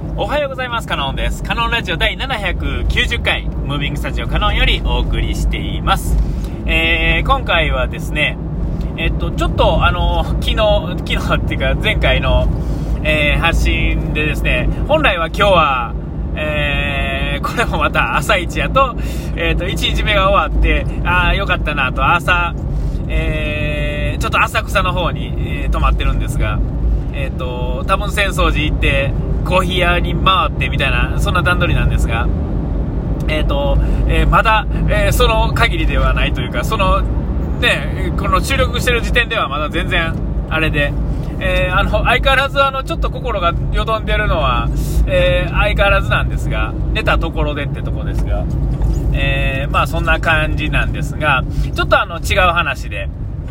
おはようございます。カノンです。カノンラジオ第790回ムービングスタジオカノンよりお送りしています。今回はですねちょっと昨日っていうか前回の、発信でですね、本来は今日はこれもまた朝一やと、1日目が終わってよかったなと朝、ちょっと浅草の方に、泊まってるんですが、多分浅草寺行ってコーヒー屋に回ってみたいな、そんな段取りなんですが、まだ、その限りではないというか、この収録してる時点ではまだ全然あれで、相変わらずちょっと心がよどんでるのは、相変わらずなんですが、寝たところでってとこですが、まあそんな感じなんですが、ちょっと違う話で、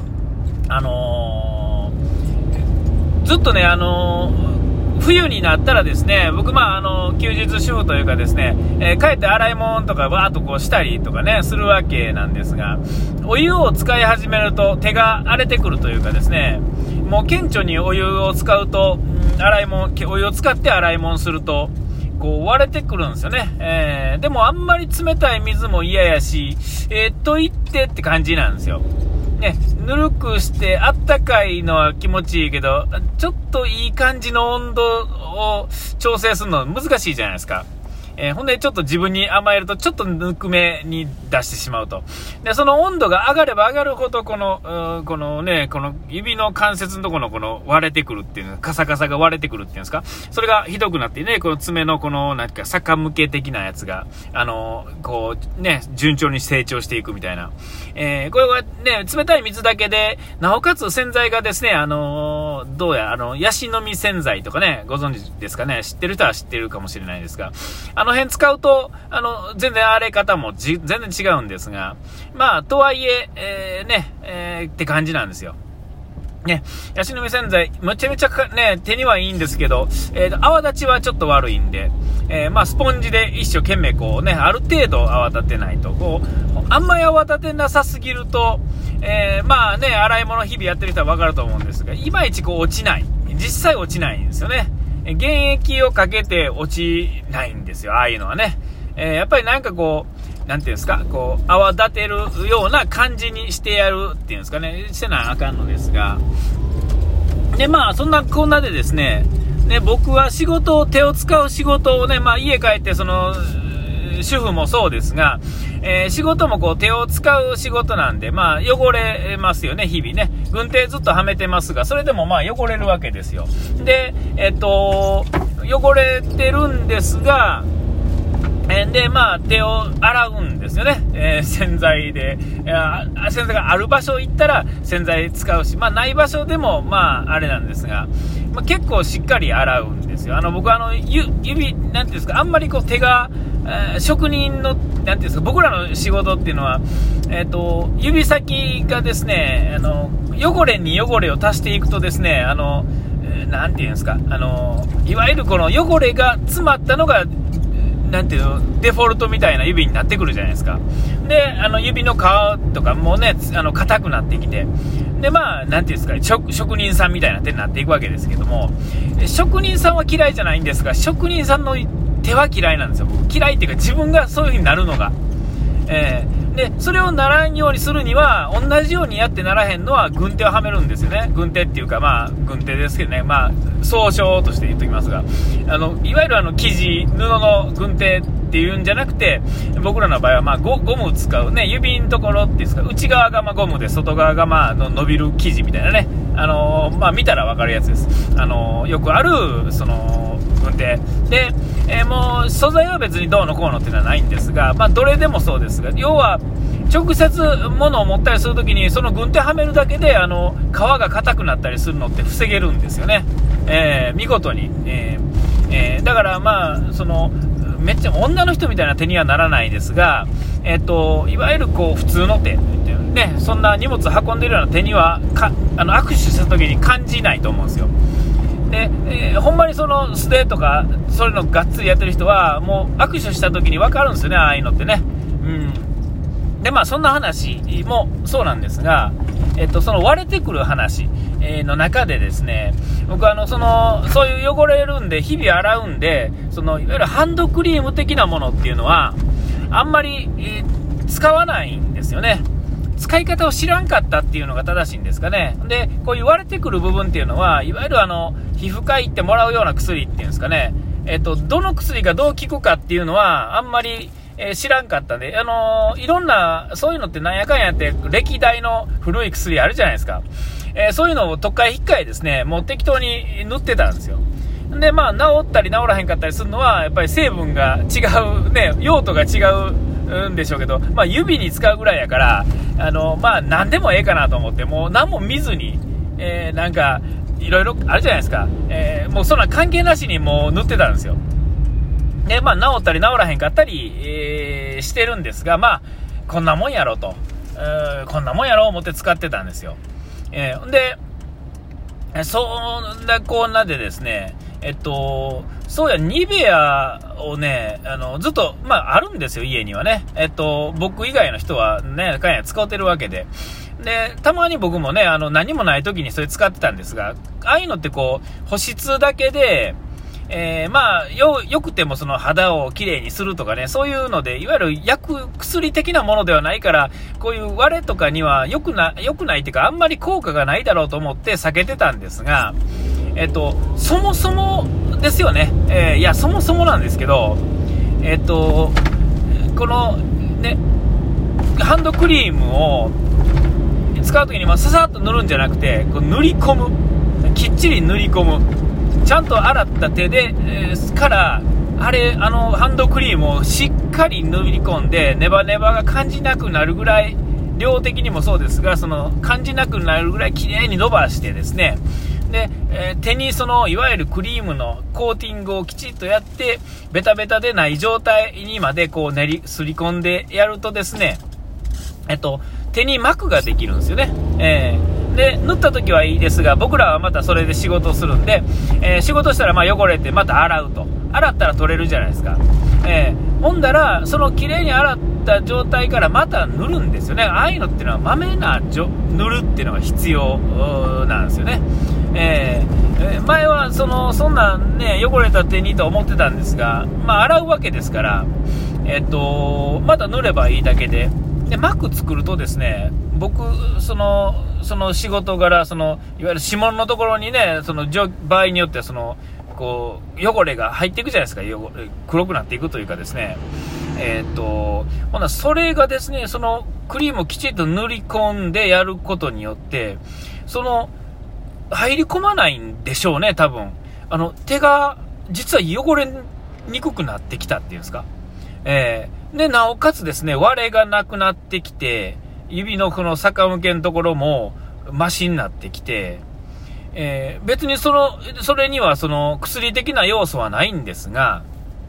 ずっとね冬になったらですね、僕休日主婦というかですね、帰って洗い物とかわーっとこうしたりとかねするわけなんですが、お湯を使い始めると手が荒れてくるというかですね、もう顕著にお湯を使うと、お湯を使って洗い物するとこう割れてくるんですよね。でもあんまり冷たい水も嫌やし、と言ってって感じなんですよね。ぬるくしてあったかいのは気持ちいいけど、ちょっといい感じの温度を調整するの難しいじゃないですか。ほんでちょっと自分に甘えるとちょっとぬくめに出してしまうと。でその温度が上がれば上がるほどこの指の関節のところのこの割れてくるっていうの、カサカサが割れてくるっていうんですか、それがひどくなってね、この爪のこのなんか逆向け的なやつがこうね順調に成長していくみたいな、これはね冷たい水だけで、なおかつ洗剤がですねどうやヤシの実洗剤とかね、ご存知ですかね。知ってる人は知ってるかもしれないですが、辺使うと全然荒れ方も全然違うんですが、まあとはいえって感じなんですよね。ヤシの実洗剤めちゃめちゃね手にはいいんですけど、泡立ちはちょっと悪いんで、まあスポンジで一生懸命こうね、ある程度泡立てないと、こうあんまり泡立てなさすぎると、まあね洗い物日々やってる人は分かると思うんですが、いまいちこう落ちない、実際落ちないんですよね。原液をかけて落ちないんですよ、ああいうのはね。やっぱりなんかこうなんていうんですか、こう泡立てるような感じにしてやるっていうんですかね、してなあかんのですが、でまあそんなこんなでですね、僕は手を使う仕事をね、まあ家帰って主婦もそうですが、仕事もこう手を使う仕事なんで、まあ汚れますよね、日々ね。軍手ずっとはめてますが、それでもまあ汚れるわけですよ。で汚れてるんですが、でまあ手を洗うんですよね。洗剤で、洗剤がある場所行ったら洗剤使うし、まあない場所でもまああれなんですが、まあ、結構しっかり洗うんですよ。僕指なんていうんですか、あんまりこう手が職人のなんていうんですか、僕らの仕事っていうのは指先がですね汚れに汚れを足していくとですね、なんていうんですか、いわゆるこの汚れが詰まったのがなんていうの、デフォルトみたいな指になってくるじゃないですか。で指の皮とかもね硬くなってきて、でまあなんていうんですか、職人さんみたいな手になっていくわけですけども、職人さんは嫌いじゃないんですが、職人さんの手は嫌いなんですよ。嫌いっていうか、自分がそういう風になるのが、でそれをならんようにするには、同じようにやってならへんのは軍手をはめるんですよね。軍手っていうか、まあ軍手ですけどね、まあ総称として言っておきますが、いわゆる生地布の軍手っていうんじゃなくて、僕らの場合はまあゴム使うね、指のところっていうんですか、内側がまあゴムで外側がまあ伸びる生地みたいなね、まあ見たら分かるやつです。よくある軍手で、もう素材は別にどうのこうのっていうのはないんですが、まあどれでもそうですが、要は直接物を持ったりするときにその軍手はめるだけで皮が硬くなったりするのって防げるんですよね。見事に、だからまあめっちゃ女の人みたいな手にはならないですが、いわゆるこう普通の手ね、そんな荷物運んでるような手には握手した時に感じないと思うんですよ。で、ほんまに素手とかそういうのがっつりやってる人はもう握手した時に分かるんですよね、ああいうのってね。でまあそんな話もそうなんですが、 その割れてくる話、の中でですね、僕そういう汚れるんで日々洗うんで、いわゆるハンドクリーム的なものっていうのはあんまり、使わないんですよね。使い方を知らんかったっていうのが正しいんですかね。で、こういう割れてくる部分っていうのは、いわゆる皮膚科行ってもらうような薬っていうんですかね。どの薬がどう効くかっていうのはあんまり、知らんかったんで、いろんなそういうのってなんやかんやって歴代の古い薬あるじゃないですか。そういうのを特会引っかえですね、もう適当に塗ってたんですよ。で、まあ治ったり治らへんかったりするのはやっぱり成分が違うね、用途が違うんでしょうけど、まあ指に使うぐらいやから、まあ何でもええかなと思って、もう何も見ずに、なんかいろいろあるじゃないですか。もうそんな関係なしにもう塗ってたんですよ。で、まあ治ったり治らへんかったり、してるんですが、まあこんなもんやろと、こんなもんやろ思って使ってたんですよ。で、そんなこんなでですね、そうや、ニベアをね、ずっと、まあ、あるんですよ、家にはね。僕以外の人はね、かんや使ってるわけで。で、たまに僕もね、何もない時にそれ使ってたんですが、ああいうのってこう、保湿だけで、まあ、よくてもその肌をきれいにするとかね、そういうので、いわゆる薬的なものではないから、こういう割れとかには良くないっていうか、あんまり効果がないだろうと思って避けてたんですが、そもそもですよね。いや、そもそもなんですけど、このね、ハンドクリームを使うときにささっと塗るんじゃなくて、こう塗り込む。きっちり塗り込む。ちゃんと洗った手で、からハンドクリームをしっかり塗り込んで、ネバネバが感じなくなるぐらい、量的にもそうですが、感じなくなるぐらいきれいに伸ばしてですね、で、手にいわゆるクリームのコーティングをきちっとやって、ベタベタでない状態にまでこうすり込んでやるとですね、手に膜ができるんですよね。で、塗った時はいいですが、僕らはまたそれで仕事をするんで、仕事したらまあ汚れてまた洗うと。洗ったら取れるじゃないですか。ほんだら、その綺麗に洗った状態からまた塗るんですよね。ああいうのっていうのはまめな塗るっていうのが必要なんですよね。前はそんなね、汚れた手にと思ってたんですが、まあ洗うわけですから、また塗ればいいだけで、膜作るとですね、僕、その仕事柄、いわゆる指紋のところにね、場合によってはこう、汚れが入っていくじゃないですか。黒くなっていくというかですね。ほな、それがですね、クリームをきちんと塗り込んでやることによって、入り込まないんでしょうね、多分。手が、実は汚れにくくなってきたっていうんですか。で、なおかつですね、割れがなくなってきて、指のこの逆向けのところもマシになってきて、別にそれには薬的な要素はないんですが、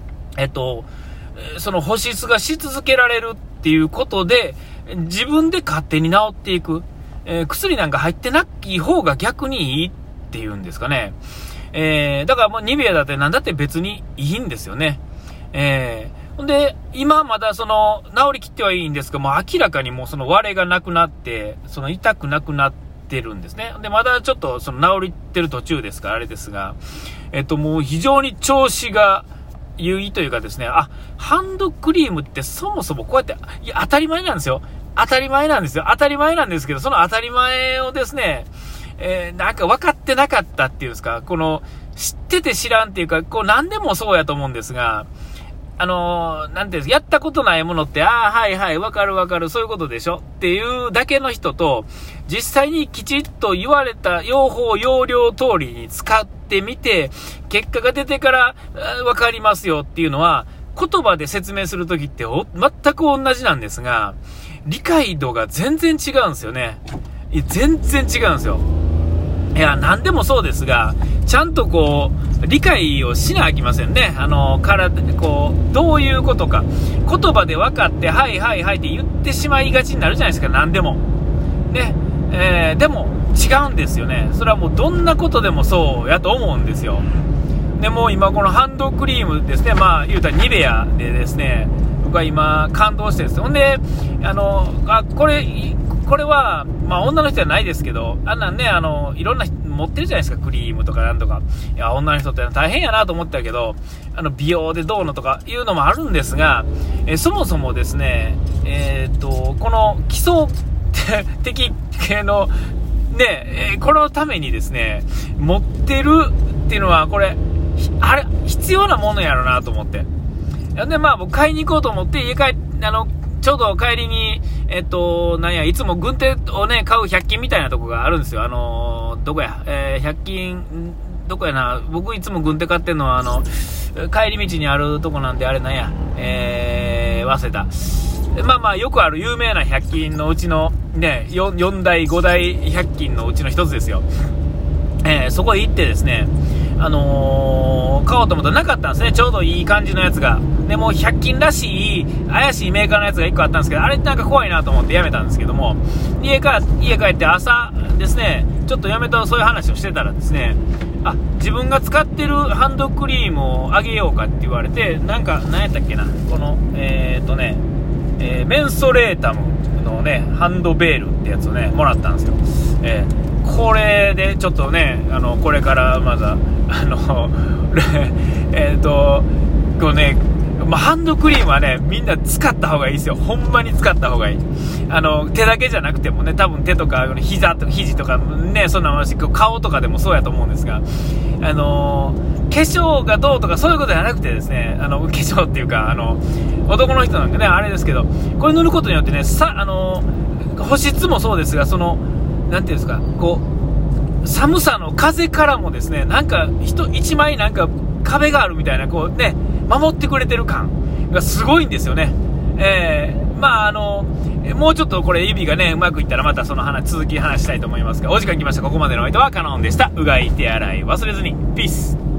保湿がし続けられるっていうことで、自分で勝手に治っていく。薬なんか入ってない方が逆にいいっていうんですかね。だからもうニベアだってなんだって別にいいんですよね。で、今まだ治りきってはいいんですが、もう明らかにもう割れがなくなって、痛くなくなってるんですね。で、まだちょっと治りってる途中ですからあれですが、もう非常に調子が優位というかですね、ハンドクリームってそもそもこうやって、いや、当たり前なんですよ。当たり前なんですけど、その当たり前をですね、なんか分かってなかったっていうんですか、知ってて知らんっていうか、何でもそうやと思うんですが、なんていうんですか、やったことないものって、はいはい、わかる、そういうことでしょっていうだけの人と、実際にきちっと言われた用法、用量通りに使ってみて、結果が出てからわかりますよっていうのは、言葉で説明するときって全く同じなんですが、理解度が全然違うんですよね。全然違うんですよ。いや、何でもそうですが、ちゃんと理解をしなあきませんね。どういうことか。言葉で分かって、はいって言ってしまいがちになるじゃないですか、何でも。ね。でも、違うんですよね。それはもうどんなことでもそうやと思うんですよ。でも今このハンドクリームですね、まあ言うたらニベアでですね、僕は今感動してです。ほんで、ここれは、まあ女の人じゃないですけど、あんなんね、いろんな人持ってるじゃないですか、クリームとかなんとか。いや、女の人って大変やなと思ったけど、美容でどうのとかいうのもあるんですが、そもそもですね、この基礎的系の、ね、このためにですね、持ってるっていうのは、これ、あれ、必要なものやろなと思って。で、まあ、僕買いに行こうと思って、ちょうど帰りに、いつも軍手をね、買う100均みたいなとこがあるんですよ。どこや、100均、どこやな、僕いつも軍手買ってんのは、帰り道にあるとこなんで、あれなんや、忘れた。まあまあ、よくある有名な100均のうちの、ね、4台、5台100均のうちの一つですよ。そこへ行ってですね、買おうと思ったらなかったんですね。ちょうどいい感じのやつが。でも100均らしい怪しいメーカーのやつが1個あったんですけど、あれなんか怖いなと思ってやめたんですけども、家帰って朝ですね、ちょっとやめたそういう話をしてたらですね、自分が使ってるハンドクリームをあげようかって言われて、何やったっけな、このメンソレータムのねハンドベールってやつをねもらったんですよ。これでちょっとね、これからまだこうね、ハンドクリームはね、みんな使った方がいいですよ。ほんまに使った方がいい。手だけじゃなくてもね、多分手とか膝とか肘とかね、そんな話、顔とかでもそうやと思うんですが、化粧がどうとかそういうことじゃなくてですね、化粧っていうか、男の人なんかね、あれですけど、これ塗ることによってね、保湿もそうですが、なんていうんですか、こう、寒さの風からもですね、なんか一枚なんか壁があるみたいな、こうね、守ってくれてる感がすごいんですよね。まあもうちょっとこれ指がねうまくいったらまたその続き話したいと思いますが、お時間来ました。ここまでのお相手はカノンでした。うがい手洗い忘れずに。ピース。